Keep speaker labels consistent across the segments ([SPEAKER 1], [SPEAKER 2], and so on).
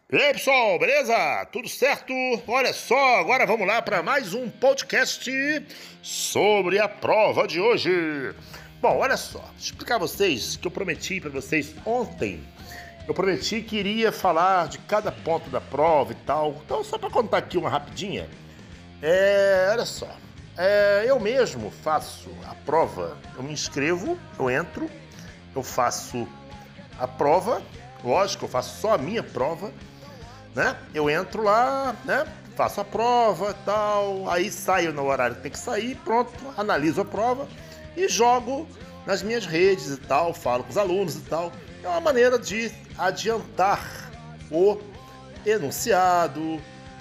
[SPEAKER 1] E aí, pessoal, beleza? Tudo certo? Olha só, agora vamos lá para mais um podcast sobre a prova de hoje. Bom, olha só, vou explicar a vocês que eu prometi para vocês ontem. Eu prometi que iria falar de cada ponto da prova e tal. Então, só para contar aqui uma rapidinha. Olha só, eu mesmo faço a prova. Eu me inscrevo, eu entro, eu faço a prova. Lógico, eu faço só a minha prova. Né? Eu entro lá, né? Faço a prova e tal, aí saio no horário que tem que sair, pronto, analiso a prova e jogo nas minhas redes e tal, falo com os alunos e tal. É uma maneira de adiantar o enunciado,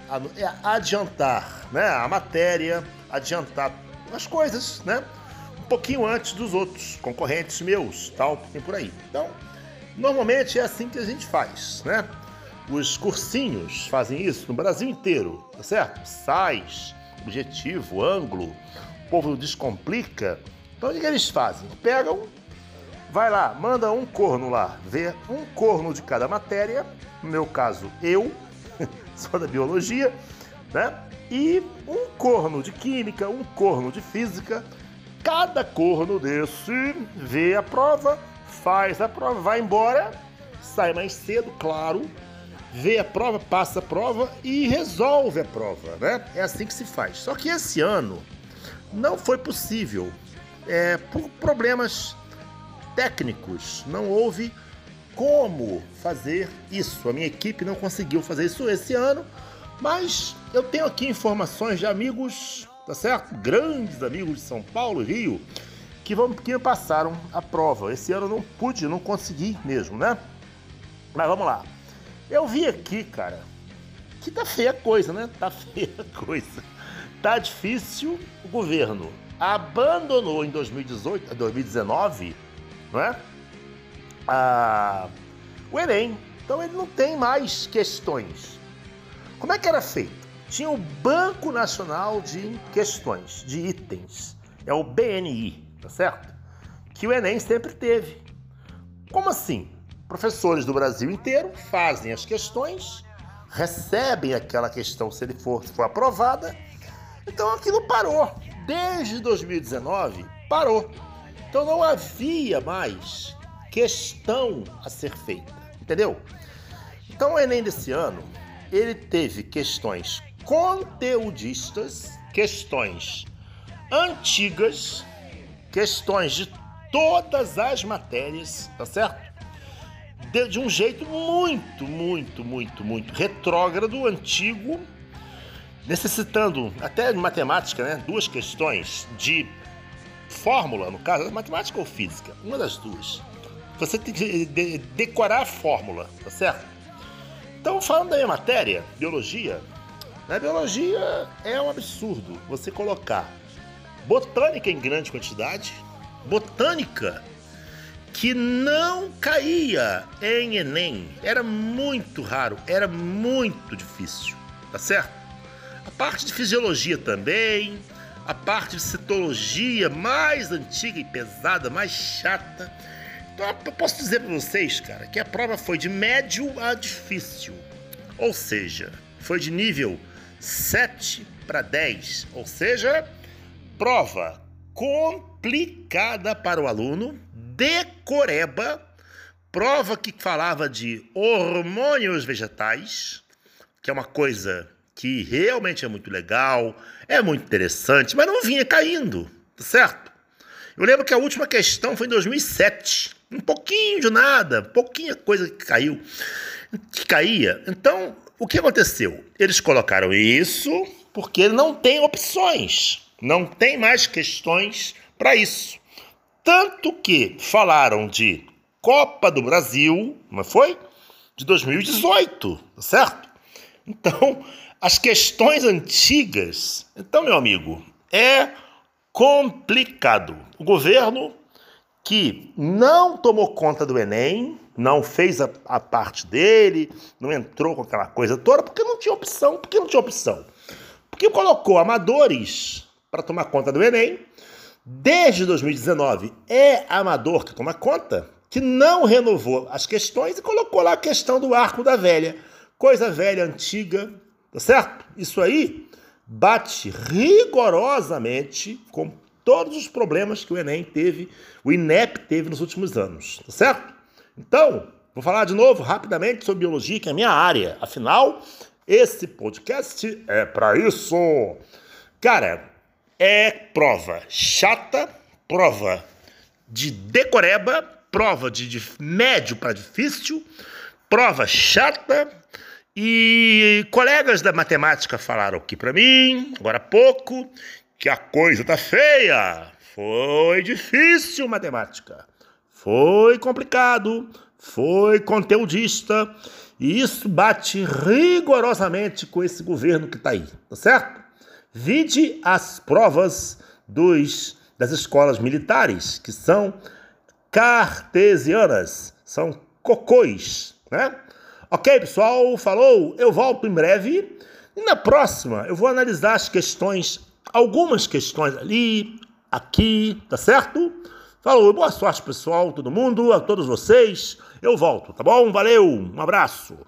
[SPEAKER 1] adiantar, né, a matéria, adiantar as coisas, né? Um pouquinho antes dos outros concorrentes meus, tal, tem por aí. Então, normalmente é assim que a gente faz, né? Os cursinhos fazem isso no Brasil inteiro, tá certo? SAIS, Objetivo, Ângulo, o povo descomplica. Então o que eles fazem? Pegam, vai lá, manda um corno lá, vê um corno de cada matéria, no meu caso eu, sou da biologia, né? E um corno de química, um corno de física. Cada corno desse vê a prova, faz a prova, vai embora, sai mais cedo, claro, vê a prova, passa a prova e resolve a prova, né? É assim que se faz. Só que esse ano não foi possível, por problemas técnicos, não houve como fazer isso. A minha equipe não conseguiu fazer isso esse ano, mas eu tenho aqui informações de amigos, tá certo? Grandes amigos de São Paulo e Rio, que me passaram a prova. Esse ano eu não pude, não consegui mesmo, né? Mas vamos lá. Eu vi aqui, cara, que tá feia a coisa, né? Tá feia a coisa. Tá difícil. O governo abandonou em 2019, não é? O Enem. Então ele não tem mais questões. Como é que era feito? Tinha o Banco Nacional de Questões, de Itens. É o BNI, tá certo? Que o Enem sempre teve. Como assim? Professores do Brasil inteiro fazem as questões, recebem aquela questão se for aprovada. Então aquilo parou. Desde 2019 parou. Então não havia mais questão a ser feita, entendeu? Então o Enem desse ano, ele teve questões conteudistas, questões antigas, questões de todas as matérias, tá certo? De um jeito muito retrógrado, antigo, necessitando, até em matemática, né? Duas questões de fórmula, no caso, matemática ou física, uma das duas. Você tem que decorar a fórmula, tá certo? Então, falando da minha matéria, biologia, na biologia é um absurdo você colocar botânica em grande quantidade, botânica que não caía em Enem. Era muito raro, era muito difícil, tá certo? A parte de fisiologia também, a parte de citologia mais antiga e pesada, mais chata. Então eu posso dizer para vocês, cara, que a prova foi de médio a difícil. Ou seja, foi de nível 7 para 10. Ou seja, prova complicada para o aluno, decoreba, prova que falava de hormônios vegetais, que é uma coisa que realmente é muito legal, é muito interessante, mas não vinha caindo, tá certo? Eu lembro que a última questão foi em 2007, um pouquinho de nada, pouquinha coisa que caía. Então, o que aconteceu? Eles colocaram isso porque não tem opções, não tem mais questões para isso. Tanto que falaram de Copa do Brasil, não foi? De 2018, certo? Então, as questões antigas... Então, meu amigo, é complicado. O governo que não tomou conta do Enem, não fez a parte dele, não entrou com aquela coisa toda, porque não tinha opção. Por que não tinha opção? Porque colocou amadores para tomar conta do Enem. Desde 2019 é amador que toma conta, que não renovou as questões e colocou lá a questão do arco da velha. coisa velha, antiga, tá certo? Isso aí bate rigorosamente com todos os problemas que o Enem teve, o INEP teve nos últimos anos, tá certo? Então, vou falar de novo rapidamente sobre biologia, que é a minha área. Afinal, esse podcast é para isso. Cara, é prova chata, prova de decoreba, prova de médio para difícil, prova chata. E colegas da matemática falaram aqui para mim, agora há pouco, que a coisa tá feia. Foi difícil matemática, foi complicado, foi conteudista, e isso bate rigorosamente com esse governo que tá aí, tá certo? Vide as provas das escolas militares, que são cartesianas, são cocôs, né? Ok, pessoal, falou, eu volto em breve, e na próxima eu vou analisar as questões, algumas questões ali, aqui, tá certo? Falou, boa sorte, pessoal, todo mundo, a todos vocês, eu volto, tá bom? Valeu, um abraço.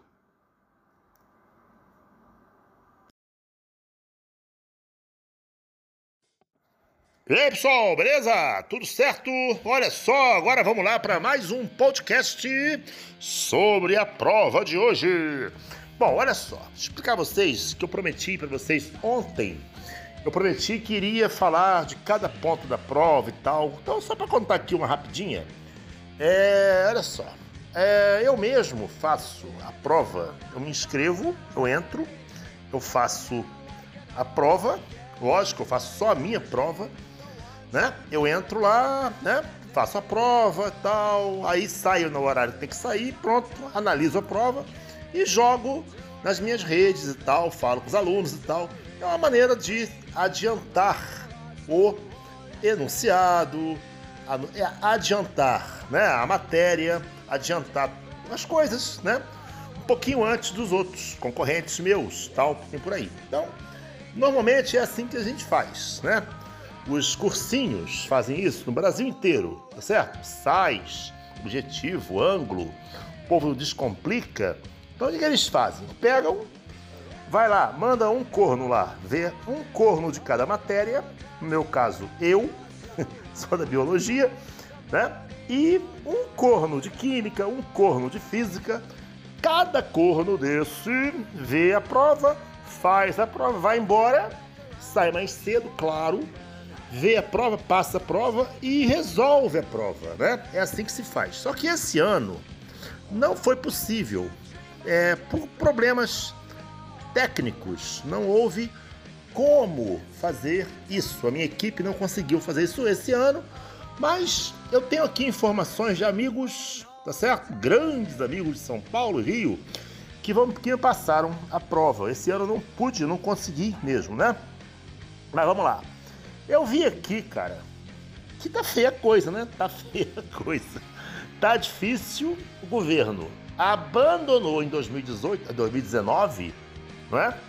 [SPEAKER 1] E aí, pessoal, beleza? Tudo certo? Olha só, agora vamos lá para mais um podcast sobre a prova de hoje. Bom, olha só, vou explicar a vocês que eu prometi para vocês ontem. Eu prometi que iria falar de cada ponto da prova e tal. Então, só para contar aqui uma rapidinha. Olha só, eu mesmo faço a prova, eu me inscrevo, eu entro, eu faço a prova, lógico, eu faço só a minha prova, né? Eu entro lá, né? Faço a prova e tal, aí saio no horário que tem que sair, pronto, analiso a prova e jogo nas minhas redes e tal, falo com os alunos e tal. É uma maneira de adiantar o enunciado, adiantar, né, a matéria, adiantar as coisas, né? Um pouquinho antes dos outros concorrentes meus, tal, e por aí. Então, normalmente é assim que a gente faz, né? Os cursinhos fazem isso no Brasil inteiro, tá certo? SAIS, Objetivo, Ângulo, o povo descomplica. Então o que eles fazem? Pegam, vai lá, manda um corno lá, vê um corno de cada matéria, no meu caso eu, sou da biologia, né? E um corno de química, um corno de física. Cada corno desse vê a prova, faz a prova, vai embora, sai mais cedo, claro, vê a prova, passa a prova e resolve a prova, né? É assim que se faz. Só que esse ano não foi possível, por problemas técnicos, não houve como fazer isso. A minha equipe não conseguiu fazer isso esse ano, mas eu tenho aqui informações de amigos, tá certo? Grandes amigos de São Paulo e Rio, que me passaram a prova. Esse ano eu não pude, não consegui mesmo, né? Mas vamos lá. Eu vi aqui, cara, que tá feia a coisa, né? Tá feia a coisa. Tá difícil. O governo abandonou em 2019, não é?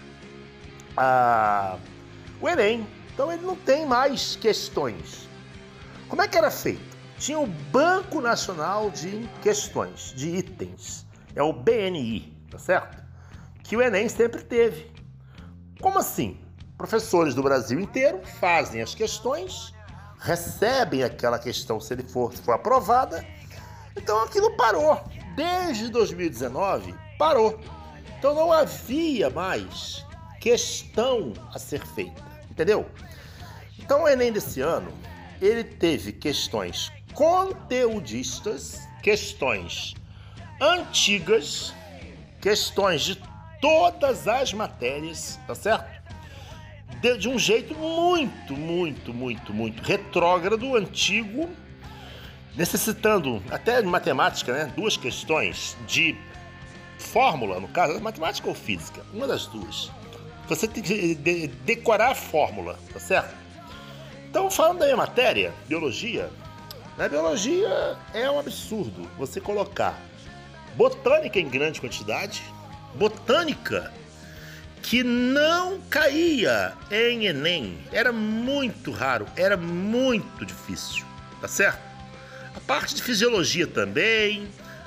[SPEAKER 1] O Enem. Então ele não tem mais questões. Como é que era feito? Tinha o Banco Nacional de Questões, de Itens. É o BNI, tá certo? Que o Enem sempre teve. Como assim? Professores do Brasil inteiro fazem as questões, recebem aquela questão se for aprovada. Então aquilo parou. Desde 2019 parou. Então não havia mais questão a ser feita, entendeu? Então o Enem desse ano, ele teve questões conteudistas, questões antigas, questões de todas as matérias, tá certo? De um jeito muito retrógrado, antigo, necessitando até de matemática, né? 2 questões de fórmula, no caso, matemática ou física, uma das duas. Você tem que decorar a fórmula, tá certo? Então, falando da minha matéria, biologia, na biologia é um absurdo você colocar botânica em grande quantidade, botânica que não caía em Enem. Era muito raro, era muito difícil, tá certo? A parte de fisiologia também,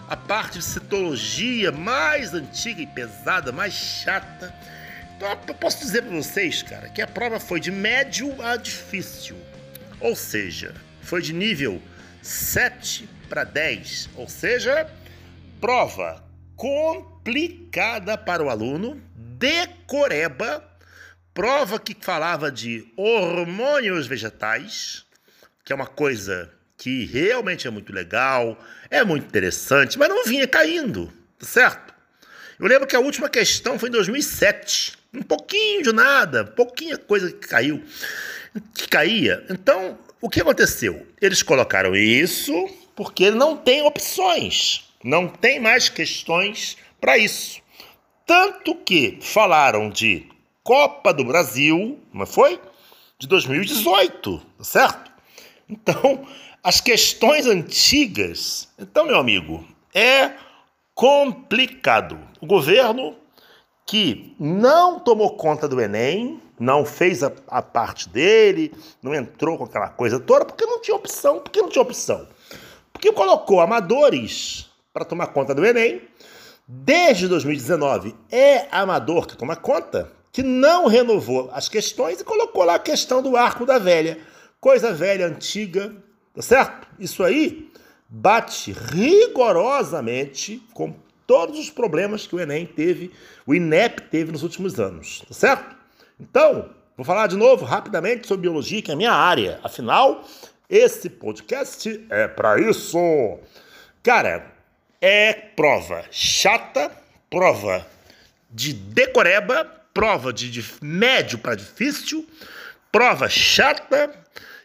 [SPEAKER 1] a parte de citologia mais antiga e pesada, mais chata. Então eu posso dizer para vocês, cara, que a prova foi de médio a difícil. Ou seja, foi de nível 7 para 10. Ou seja, prova complicada para o aluno, decoreba, prova que falava de hormônios vegetais, que é uma coisa que realmente é muito legal, é muito interessante, mas não vinha caindo, certo? Eu lembro que a última questão foi em 2007, um pouquinho de nada, pouquinha coisa que caiu, que caía. Então, o que aconteceu? Eles colocaram isso porque não tem opções, não tem mais questões para isso. Tanto que falaram de Copa do Brasil, não foi? De 2018, certo? Então, as questões antigas... Então, meu amigo, é complicado. O governo que não tomou conta do Enem, não fez a parte dele, não entrou com aquela coisa toda, porque não tinha opção. Por que não tinha opção? Porque colocou amadores para tomar conta do Enem. Desde 2019 é amador que toma conta, que não renovou as questões e colocou lá a questão do arco da velha. Coisa velha, antiga, tá certo? Isso aí bate rigorosamente com todos os problemas que o Enem teve, o INEP teve nos últimos anos, tá certo? Então, vou falar de novo rapidamente sobre biologia, que é a minha área. Afinal, esse podcast é para isso. Cara, é prova chata, prova de decoreba, prova de médio para difícil, prova chata.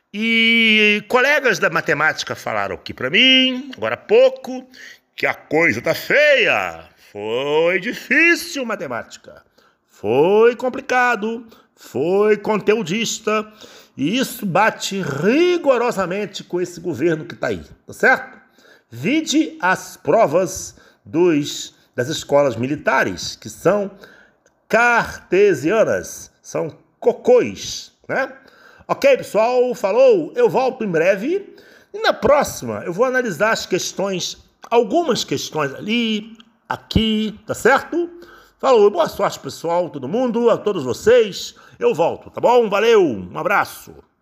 [SPEAKER 1] E colegas da matemática falaram aqui para mim, agora há pouco, que a coisa tá feia. Foi difícil matemática, foi complicado, foi conteudista, e isso bate rigorosamente com esse governo que tá aí, tá certo? Vide as provas das escolas militares, que são cartesianas, são cocôs, né? Ok, pessoal, falou, eu volto em breve, e na próxima eu vou analisar as questões, algumas questões ali, aqui, tá certo? Falou, boa sorte, pessoal, todo mundo, a todos vocês, eu volto, tá bom? Valeu, um abraço.